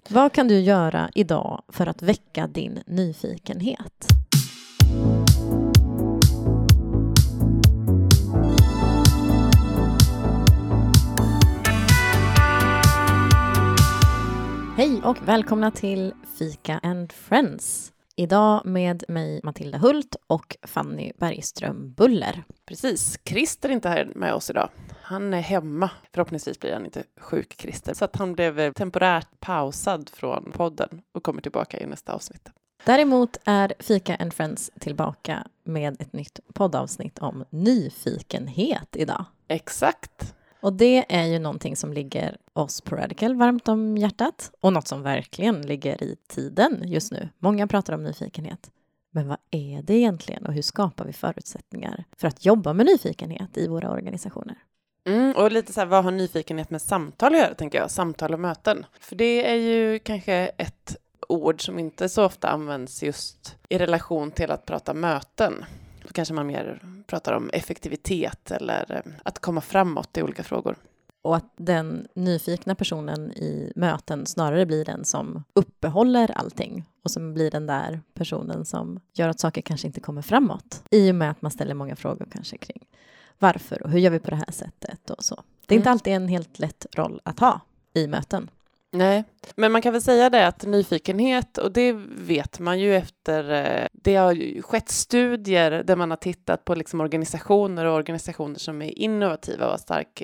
Vad kan du göra idag för att väcka din nyfikenhet? Hej och välkomna till Fika and Friends. Idag med mig Matilda Hult och Fanny Bergström Buller. Precis, Christer är inte här med oss idag. Han är hemma. Förhoppningsvis blir han inte sjuk, Christer. Så att han blev temporärt pausad från podden och kommer tillbaka i nästa avsnitt. Däremot är Fika and Friends tillbaka med ett nytt poddavsnitt om nyfikenhet idag. Exakt. Och det är ju någonting som ligger oss på Radical varmt om hjärtat. Och något som verkligen ligger i tiden just nu. Många pratar om nyfikenhet. Men vad är det egentligen och hur skapar vi förutsättningar för att jobba med nyfikenhet i våra organisationer? Och lite så här, vad har nyfikenhet med samtal att göra, tänker jag? Samtal och möten. För det är ju kanske ett ord som inte så ofta används just i relation till att prata möten. Då kanske man mer pratar om effektivitet eller att komma framåt i olika frågor. Och att den nyfikna personen i möten snarare blir den som uppehåller allting. Och som blir den där personen som gör att saker kanske inte kommer framåt. I och med att man ställer många frågor kanske kring varför och hur gör vi på det här sättet och så. Det är inte alltid en helt lätt roll att ha i möten. Nej, men man kan väl säga det att nyfikenhet, och det vet man ju efter, det har ju skett studier där man har tittat på liksom organisationer som är innovativa och har stark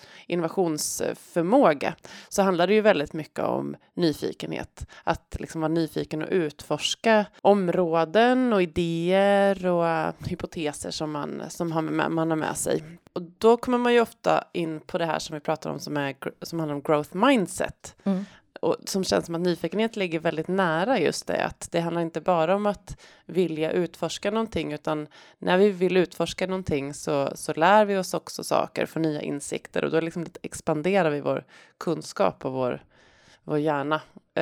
innovationsförmåga, så handlar det ju väldigt mycket om nyfikenhet. Att liksom vara nyfiken och utforska områden och idéer och hypoteser som man har med sig. Och då kommer man ju ofta in på det här som vi pratar om som handlar om growth mindset. Och som känns som att nyfikenhet ligger väldigt nära just det. Att det handlar inte bara om att vilja utforska någonting, utan när vi vill utforska någonting så lär vi oss också saker, får nya insikter, och då liksom expanderar vi vår kunskap och vår hjärna.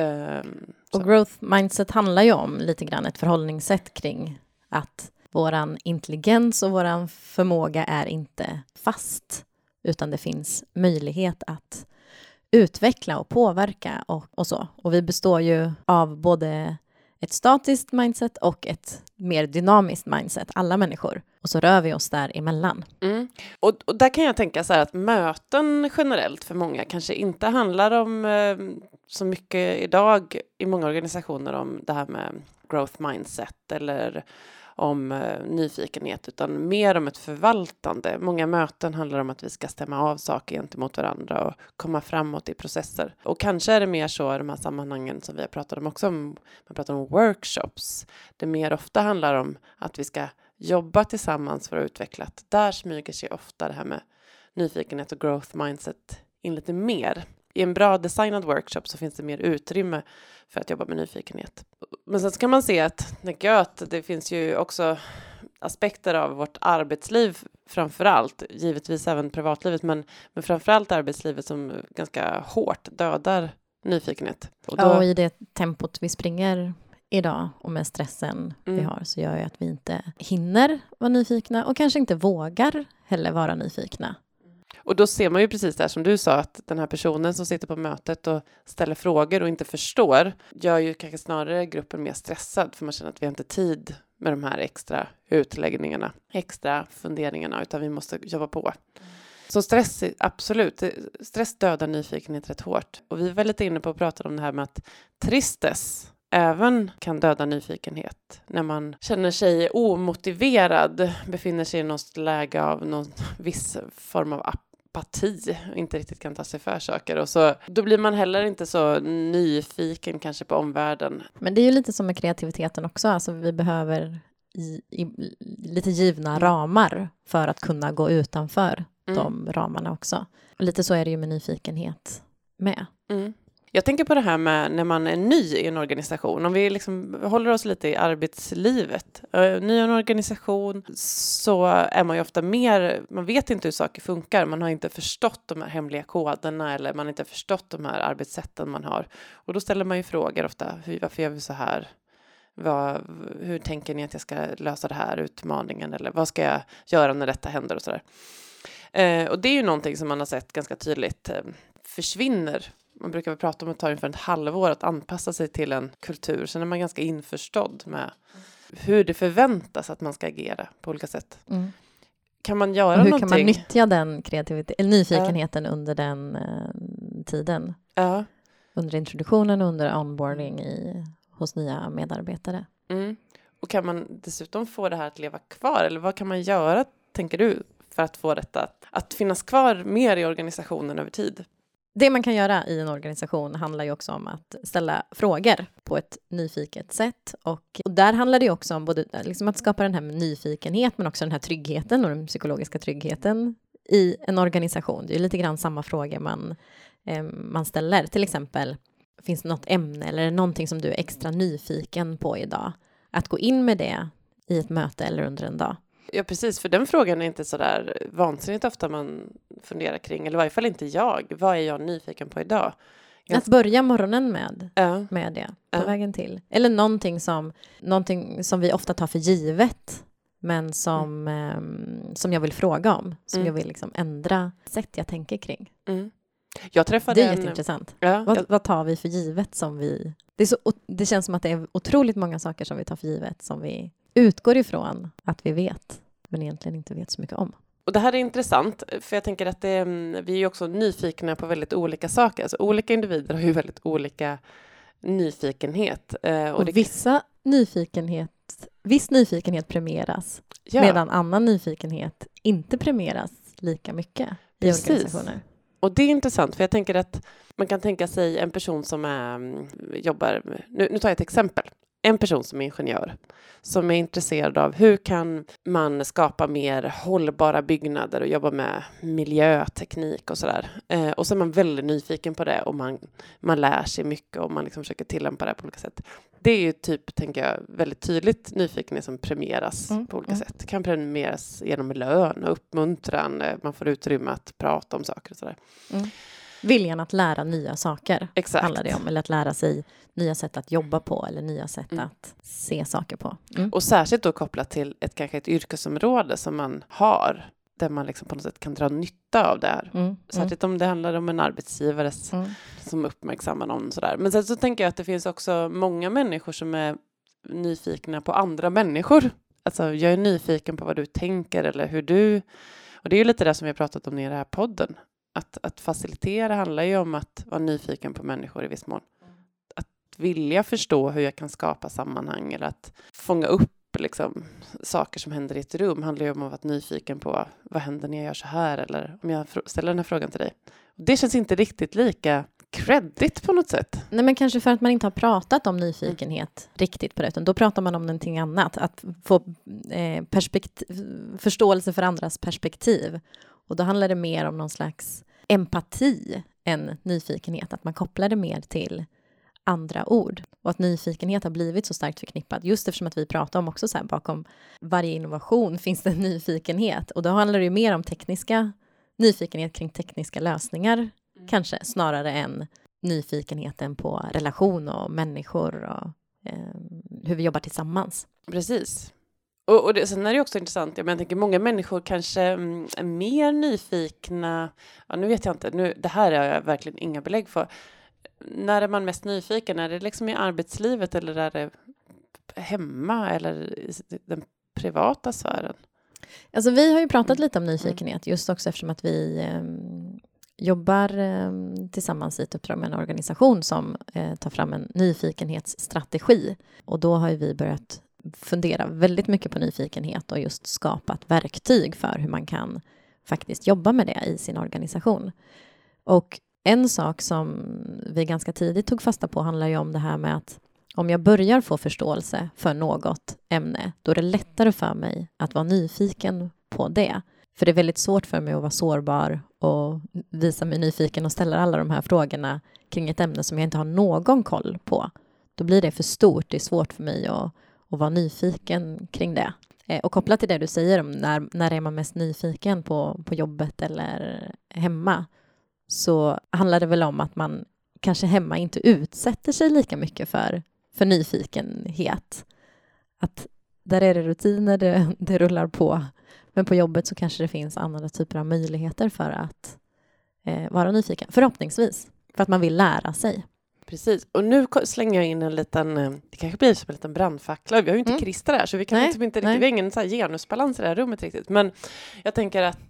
Och growth mindset handlar ju om lite grann ett förhållningssätt kring att våran intelligens och våran förmåga är inte fast, utan det finns möjlighet att utveckla och påverka och så. Och vi består ju av både ett statiskt mindset och ett mer dynamiskt mindset, alla människor. Och så rör vi oss däremellan. Och där kan jag tänka så här att möten generellt för många kanske inte handlar om så mycket idag i många organisationer om det här med growth mindset eller om nyfikenhet, utan mer om ett förvaltande. Många möten handlar om att vi ska stämma av saker gentemot varandra och komma framåt i processer. Och kanske är det mer så i de här sammanhangen som vi har pratat om också, man pratar om workshops. Det mer ofta handlar om att vi ska jobba tillsammans för att utveckla. Där smyger sig ofta det här med nyfikenhet och growth mindset in lite mer. I en bra designad workshop så finns det mer utrymme för att jobba med nyfikenhet. Men sen kan man se att det finns ju också aspekter av vårt arbetsliv framförallt, givetvis även privatlivet, men framförallt arbetslivet som ganska hårt dödar nyfikenhet. Och i det tempot vi springer idag och med stressen vi har, så gör ju att vi inte hinner vara nyfikna och kanske inte vågar heller vara nyfikna. Och då ser man ju precis där som du sa, att den här personen som sitter på mötet och ställer frågor och inte förstår gör ju kanske snarare gruppen mer stressad, för man känner att vi har inte tid med de här extra utläggningarna, extra funderingarna, utan vi måste jobba på. Så stress, absolut. Stress dödar nyfikenhet rätt hårt. Och vi var lite inne på att prata om det här med att tristess även kan döda nyfikenhet. När man känner sig omotiverad, befinner sig i något läge av någon viss form av apati, inte riktigt kan ta sig för saker. Och så, då blir man heller inte så nyfiken kanske på omvärlden. Men det är ju lite som med kreativiteten också. Alltså vi behöver lite givna ramar för att kunna gå utanför de ramarna också. Och lite så är det ju med nyfikenhet med. Jag tänker på det här med när man är ny i en organisation. Om vi liksom håller oss lite i arbetslivet. Ny i en organisation så är man ju ofta man vet inte hur saker funkar. Man har inte förstått de här hemliga koderna eller man har inte förstått de här arbetssätten man har. Och då ställer man ju frågor ofta. Varför gör vi så här? Hur tänker ni att jag ska lösa det här utmaningen? Eller vad ska jag göra när detta händer och sådär. Och det är ju någonting som man har sett ganska tydligt försvinner man brukar väl prata om att ta ungefär ett halvår att anpassa sig till en kultur. Sen är man ganska införstådd med hur det förväntas att man ska agera på olika sätt. Kan man göra någonting? Hur kan man nyttja den nyfikenheten under den tiden? Ja. Under introduktionen och under onboarding hos nya medarbetare. Och kan man dessutom få det här att leva kvar? Eller vad kan man göra, tänker du, för att få detta att finnas kvar mer i organisationen över tid? Det man kan göra i en organisation handlar ju också om att ställa frågor på ett nyfiket sätt. Och där handlar det också om både liksom att skapa den här nyfikenhet men också den här tryggheten och den psykologiska tryggheten i en organisation. Det är ju lite grann samma frågor man ställer. Till exempel, finns det något ämne eller någonting som du är extra nyfiken på idag? Att gå in med det i ett möte eller under en dag. Ja, precis. För den frågan är inte så där vansinnigt ofta man funderar kring. Eller i varje fall inte jag. Vad är jag nyfiken på idag? Att börja morgonen med det på vägen till. Eller någonting som vi ofta tar för givet. Men som jag vill fråga om. Som jag vill liksom ändra sätt jag tänker kring. Jag träffade det är jätteintressant. Vad tar vi för givet som vi... Det känns som att det är otroligt många saker som vi tar för givet som vi utgår ifrån att vi vet, men egentligen inte vet så mycket om. Och det här är intressant, för jag tänker att vi är ju också nyfikna på väldigt olika saker. Alltså olika individer har ju väldigt olika nyfikenhet. Och viss nyfikenhet premieras, medan annan nyfikenhet inte premieras lika mycket i organisationer. Och det är intressant, för jag tänker att man kan tänka sig en person som jobbar... Nu tar jag ett exempel. En person som är ingenjör, som är intresserad av hur kan man skapa mer hållbara byggnader och jobba med miljöteknik och sådär. Och så är man väldigt nyfiken på det och man lär sig mycket och man liksom försöker tillämpa det på olika sätt. Det är ju typ, tänker jag, väldigt tydligt nyfikenhet som premieras på olika sätt. Kan premieras genom lön och uppmuntran. Man får utrymme att prata om saker och sådär. Viljan att lära nya saker. Exakt. Handlar det om. Eller att lära sig nya sätt att jobba på. Eller nya sätt att se saker på. Och särskilt då kopplat till kanske ett yrkesområde som man har. Där man liksom på något sätt kan dra nytta av det här. Särskilt om det handlar om en arbetsgivare som uppmärksammar någon. Sådär. Men sen så tänker jag att det finns också många människor som är nyfikna på andra människor. Alltså jag är nyfiken på vad du tänker eller hur du... Och det är ju lite det som vi har pratat om i den här podden. Att facilitera handlar ju om att vara nyfiken på människor i viss mån. Att vilja förstå hur jag kan skapa sammanhang eller att fånga upp liksom, saker som händer i ett rum handlar ju om att vara nyfiken på vad händer när jag gör så här eller om jag ställer den här frågan till dig. Det känns inte riktigt lika credit på något sätt. Nej, men kanske för att man inte har pratat om nyfikenhet riktigt på det, utan då pratar man om någonting annat. Att få förståelse för andras perspektiv. Och då handlar det mer om någon slags empati än nyfikenhet. Att man kopplar det mer till andra ord. Och att nyfikenhet har blivit så starkt förknippad. Just eftersom att vi pratar om också så här, bakom varje innovation finns det en nyfikenhet. Och då handlar det ju mer om nyfikenhet kring tekniska lösningar. Kanske snarare än nyfikenheten på relation och människor och hur vi jobbar tillsammans. Precis. Och sen är det också intressant, jag tänker många människor kanske är mer nyfikna, nu vet jag inte, det här har jag verkligen inga belägg för. När är man mest nyfiken? Är det liksom i arbetslivet eller är det hemma eller i den privata sfären? Alltså vi har ju pratat lite om nyfikenhet just också eftersom att vi jobbar tillsammans i ett uppdrag med en organisation som tar fram en nyfikenhetsstrategi. Och då har ju vi börjat fundera väldigt mycket på nyfikenhet och just skapat verktyg för hur man kan faktiskt jobba med det i sin organisation. Och en sak som vi ganska tidigt tog fasta på handlar ju om det här med att om jag börjar få förståelse för något ämne, då är det lättare för mig att vara nyfiken på det. För det är väldigt svårt för mig att vara sårbar och visa mig nyfiken och ställa alla de här frågorna kring ett ämne som jag inte har någon koll på. Då blir det för stort, det är svårt för mig att vara nyfiken kring det. Och kopplat till det du säger om när är man mest nyfiken på jobbet eller hemma, så handlar det väl om att man kanske hemma inte utsätter sig lika mycket för nyfikenhet. Att där är det rutiner, det rullar på. Men på jobbet så kanske det finns andra typer av möjligheter för att vara nyfiken. Förhoppningsvis. För att man vill lära sig. Precis. Och nu slänger jag in en liten, det kanske blir som en liten brandfackla. Vi har ju inte Christer här, så vi kan liksom inte riktigt, vi har ingen så här genusbalans i det här rummet riktigt. Men jag tänker att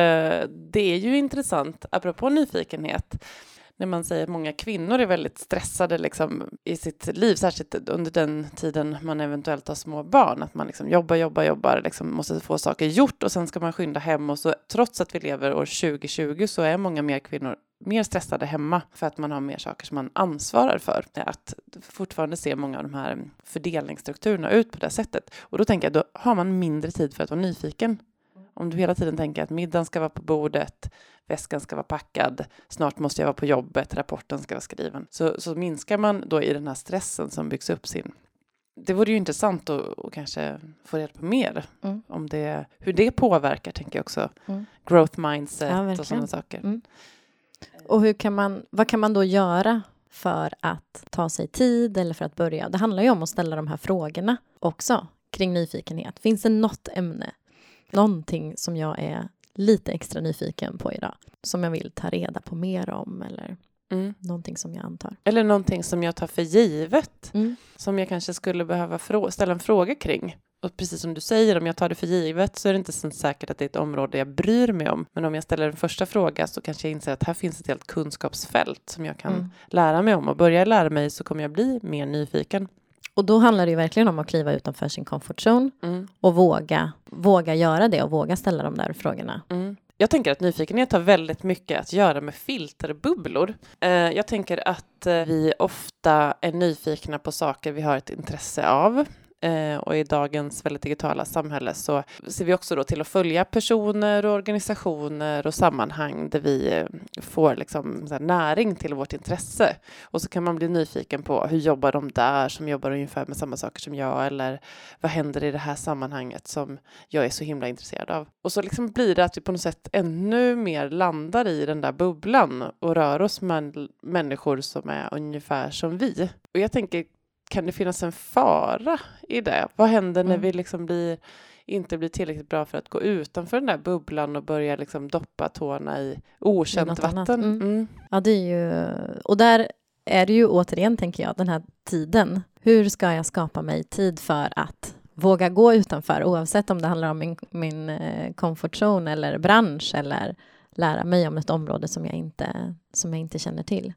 det är ju intressant, apropå nyfikenhet, när man säger att många kvinnor är väldigt stressade liksom, i sitt liv, särskilt under den tiden man eventuellt har små barn. Att man liksom jobbar, liksom måste få saker gjort och sen ska man skynda hem. Och så, trots att vi lever år 2020 så är många mer kvinnor mer stressade hemma för att man har mer saker som man ansvarar för. Att fortfarande se många av de här fördelningsstrukturerna ut på det sättet. Och då tänker jag, då har man mindre tid för att vara nyfiken. Om du hela tiden tänker att middagen ska vara på bordet, väskan ska vara packad, snart måste jag vara på jobbet, rapporten ska vara skriven. Så minskar man då i den här stressen som byggs upp sin. Det vore ju intressant att kanske få reda på mer om det, hur det påverkar, tänker jag också. Growth mindset och sådana saker. Och vad kan man då göra för att ta sig tid eller för att börja? Det handlar ju om att ställa de här frågorna också kring nyfikenhet. Finns det något ämne? Någonting som jag är lite extra nyfiken på idag. Som jag vill ta reda på mer om. Eller någonting som jag antar. Eller någonting som jag tar för givet. Som jag kanske skulle behöva ställa en fråga kring. Och precis som du säger, om jag tar det för givet så är det inte så säkert att det är ett område jag bryr mig om. Men om jag ställer en första fråga så kanske jag inser att här finns ett helt kunskapsfält som jag kan lära mig om. Och börjar jag lära mig så kommer jag bli mer nyfiken. Och då handlar det ju verkligen om att kliva utanför sin comfort zone och våga göra det och våga ställa de där frågorna. Jag tänker att nyfikenhet har väldigt mycket att göra med filterbubblor. Jag tänker att vi ofta är nyfikna på saker vi har ett intresse av. Och i dagens väldigt digitala samhälle så ser vi också då till att följa personer och organisationer och sammanhang där vi får liksom så här näring till vårt intresse. Och så kan man bli nyfiken på hur jobbar de där som jobbar ungefär med samma saker som jag, eller vad händer i det här sammanhanget som jag är så himla intresserad av. Och så liksom blir det att vi på något sätt ännu mer landar i den där bubblan och rör oss med människor som är ungefär som vi. Och jag tänker, kan det finnas en fara i det? Vad händer när vi liksom inte blir tillräckligt bra för att gå utanför den där bubblan och börja liksom doppa tårna i okänt vatten? Ja, det är ju... Och där är det ju återigen, tänker jag, den här tiden. Hur ska jag skapa mig tid för att våga gå utanför, oavsett om det handlar om min comfort zone eller bransch eller lära mig om ett område som jag inte känner till.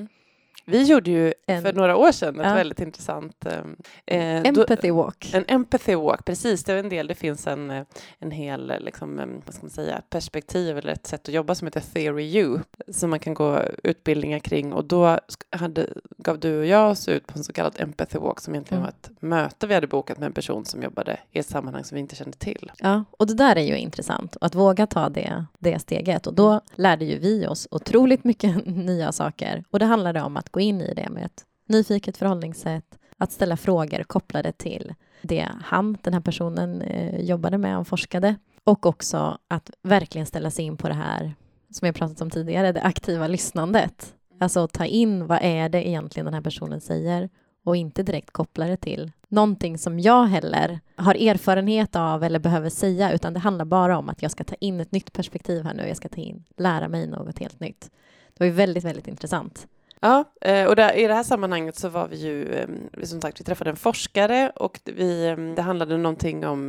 Vi gjorde ju för några år sedan ett väldigt intressant... empathy walk. En empathy walk, precis. Det är en del. Det finns en hel liksom, vad ska man säga, perspektiv eller ett sätt att jobba som heter Theory U. Som man kan gå utbildningar kring. Och då gav du och jag oss ut på en så kallad empathy walk som egentligen var ett möte vi hade bokat med en person som jobbade i ett sammanhang som vi inte kände till. Ja, och det där är ju intressant. Att våga ta det steget. Och då lärde ju vi oss otroligt mycket nya saker. Och det handlade om att gå in i det med ett nyfiket förhållningssätt, att ställa frågor kopplade till det den här personen jobbade med och forskade, och också att verkligen ställa sig in på det här som jag pratat om tidigare, det aktiva lyssnandet. Alltså ta in vad är det egentligen den här personen säger och inte direkt koppla det till någonting som jag heller har erfarenhet av eller behöver säga, utan det handlar bara om att jag ska ta in ett nytt perspektiv här nu, jag ska lära mig något helt nytt. Det var ju väldigt, väldigt intressant. Ja, och i det här sammanhanget så var vi ju, som sagt, vi träffade en forskare och det handlade någonting om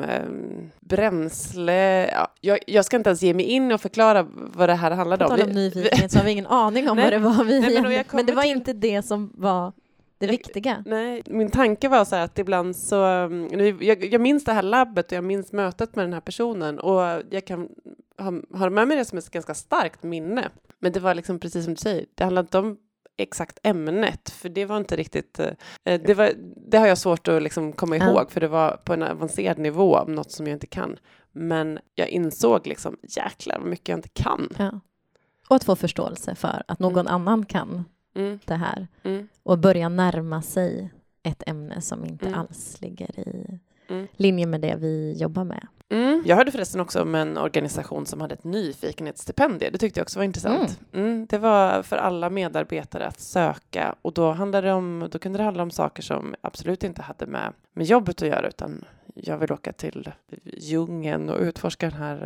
bränsle. Ja, jag ska inte ens ge mig in och förklara vad det här handlade om. På tal om nyfikenhet så har vi ingen aning om vad det var men det var inte det som var det viktiga. Nej, min tanke var så här att ibland så... Jag minns det här labbet och jag minns mötet med den här personen och jag kan ha med mig det som ett ganska starkt minne. Men det var liksom precis som du säger, det handlade inte om exakt ämnet, för det var inte riktigt det har jag svårt att liksom komma ihåg, för det var på en avancerad nivå om något som jag inte kan, men jag insåg liksom jäklar vad mycket jag inte kan. Och att få förståelse för att någon annan kan det här och börja närma sig ett ämne som inte alls ligger i linje med det vi jobbar med. Jag hörde förresten också om en organisation som hade ett nyfikenhetsstipendium. Det tyckte jag också var intressant. Det var för alla medarbetare att söka, och då kunde det handla om saker som absolut inte hade med jobbet att göra, utan jag vill åka till djungeln och utforska den här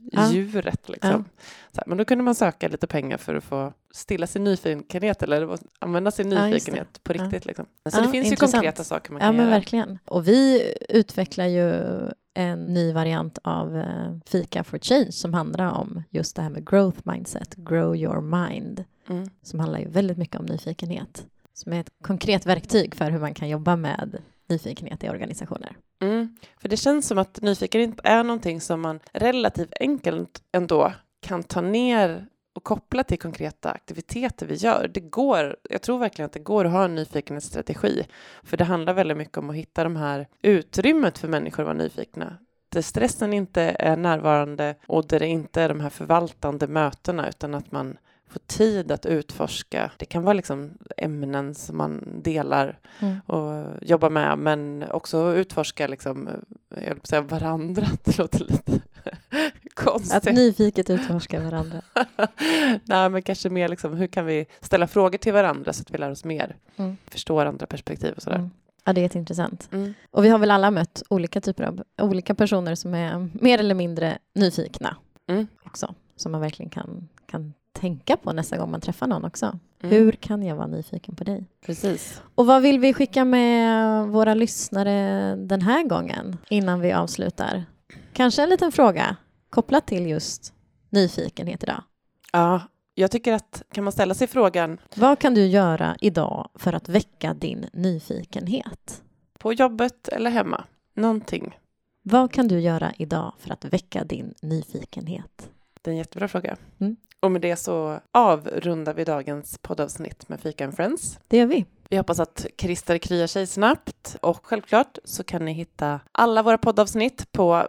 djuret liksom. Så här, men då kunde man söka lite pengar för att få stilla sin nyfikenhet eller använda sin nyfikenhet på riktigt. Liksom. Så det finns ju konkreta saker man kan göra. Ja, men verkligen. Och vi utvecklar ju en ny variant av Fika for Change som handlar om just det här med growth mindset, grow your mind, som handlar ju väldigt mycket om nyfikenhet. Som är ett konkret verktyg för hur man kan jobba med nyfikenhet i organisationer. För det känns som att nyfikenhet är någonting som man relativt enkelt ändå kan ta ner och koppla till konkreta aktiviteter vi gör. Jag tror verkligen att det går att ha en nyfikenhetsstrategi. För det handlar väldigt mycket om att hitta de här utrymmet för människor att vara nyfikna. Där stressen inte är närvarande och där det inte är de här förvaltande mötena utan att man får tid att utforska. Det kan vara liksom ämnen som man delar och jobbar med, men också utforska liksom, jag vill säga varandra. Det låter lite konstigt. Att nyfiket utforska varandra. Nej, men kanske mer liksom, hur kan vi ställa frågor till varandra så att vi lär oss mer. Förstår andra perspektiv och sådär. Ja, det är jätteintressant. Och vi har väl alla mött olika typer av olika personer som är mer eller mindre nyfikna också. Som man verkligen kan tänka på nästa gång man träffar någon också. Hur kan jag vara nyfiken på dig? Precis. Och vad vill vi skicka med våra lyssnare den här gången innan vi avslutar? Kanske en liten fråga kopplat till just nyfikenhet idag. Ja, jag tycker att kan man ställa sig frågan. Vad kan du göra idag för att väcka din nyfikenhet? På jobbet eller hemma? Någonting. Vad kan du göra idag för att väcka din nyfikenhet? Det är en jättebra fråga. Och med det så avrundar vi dagens poddavsnitt med Fika and Friends. Det gör vi. Vi hoppas att Christer kryar sig snabbt. Och självklart så kan ni hitta alla våra poddavsnitt på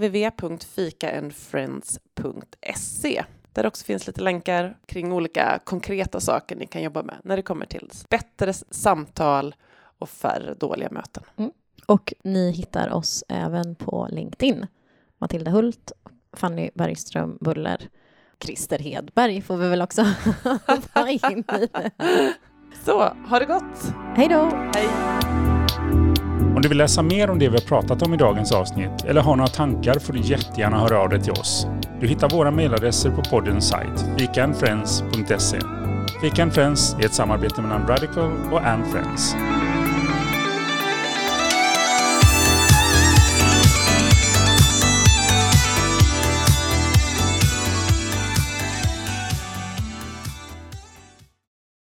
www.fikaandfriends.se. Där också finns lite länkar kring olika konkreta saker ni kan jobba med när det kommer till bättre samtal och färre dåliga möten. Och ni hittar oss även på LinkedIn. Matilda Hult, Fanny Bergström Buller, Christer Hedberg får vi väl också ta in i det. Så, ha det gott! Hej då! Hej! Om du vill läsa mer om det vi har pratat om i dagens avsnitt eller har några tankar får du jättegärna höra av dig till oss. Du hittar våra mejladresser på poddens sajt fikaandfriends.se. Fika and Friends är ett samarbete mellan Radical och And Friends.